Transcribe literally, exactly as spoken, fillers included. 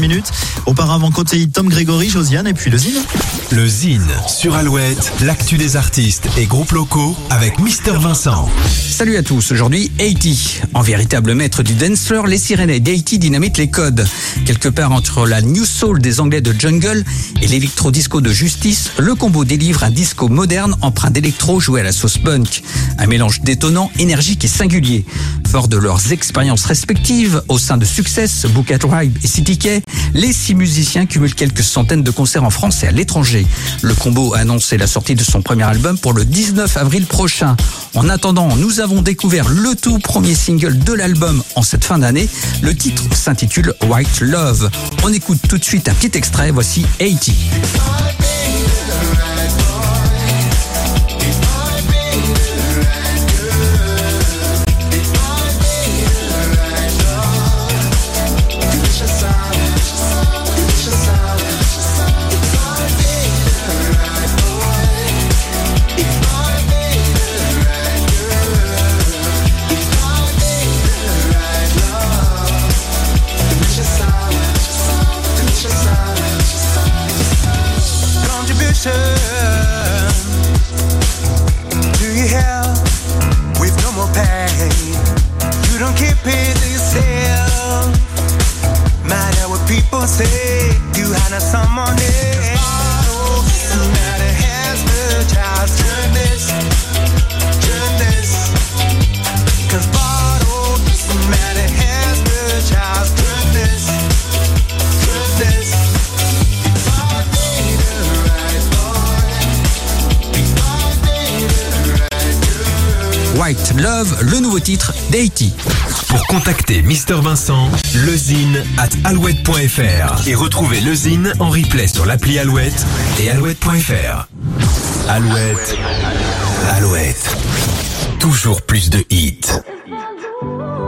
minutes. Auparavant, côté Tom Grégory, Josiane et puis le Zine. Le Zine sur Alouette, l'actu des artistes et groupes locaux avec Mister Vincent. Salut à tous, aujourd'hui eighty. En véritable maître du dance floor, les Cyrénais d'eighty dynamitent les codes. Quelque part entre la new soul des Anglais de Jungle et l'électro-disco de Justice, le combo délivre un disco moderne empreint d'électro joué à la sauce punk. Un mélange détonnant, énergique et singulier. Fort de leurs expériences respectives au sein de Success, Booka Tribe et City K, les six musiciens cumulent quelques centaines de concerts en France et à l'étranger. Le combo a annoncé la sortie de son premier album pour le dix-neuf avril prochain. En attendant, nous avons découvert le tout premier single de l'album en cette fin d'année. Le titre s'intitule White Love. On écoute tout de suite un petit extrait, voici eighty. Do you help with no more pay? You don't keep it to yourself. Matter what people say, you had some money. Oh, matter has the child. Turn this, turn this. Cause bottle doesn't matter has the child. Turn this, turn this. White Love, le nouveau titre d'eighty. Pour contacter Mister Vincent, lezine at alouette point fr et retrouver le Zine en replay sur l'appli Alouette et alouette point fr. Alouette, Alouette, toujours plus de hits.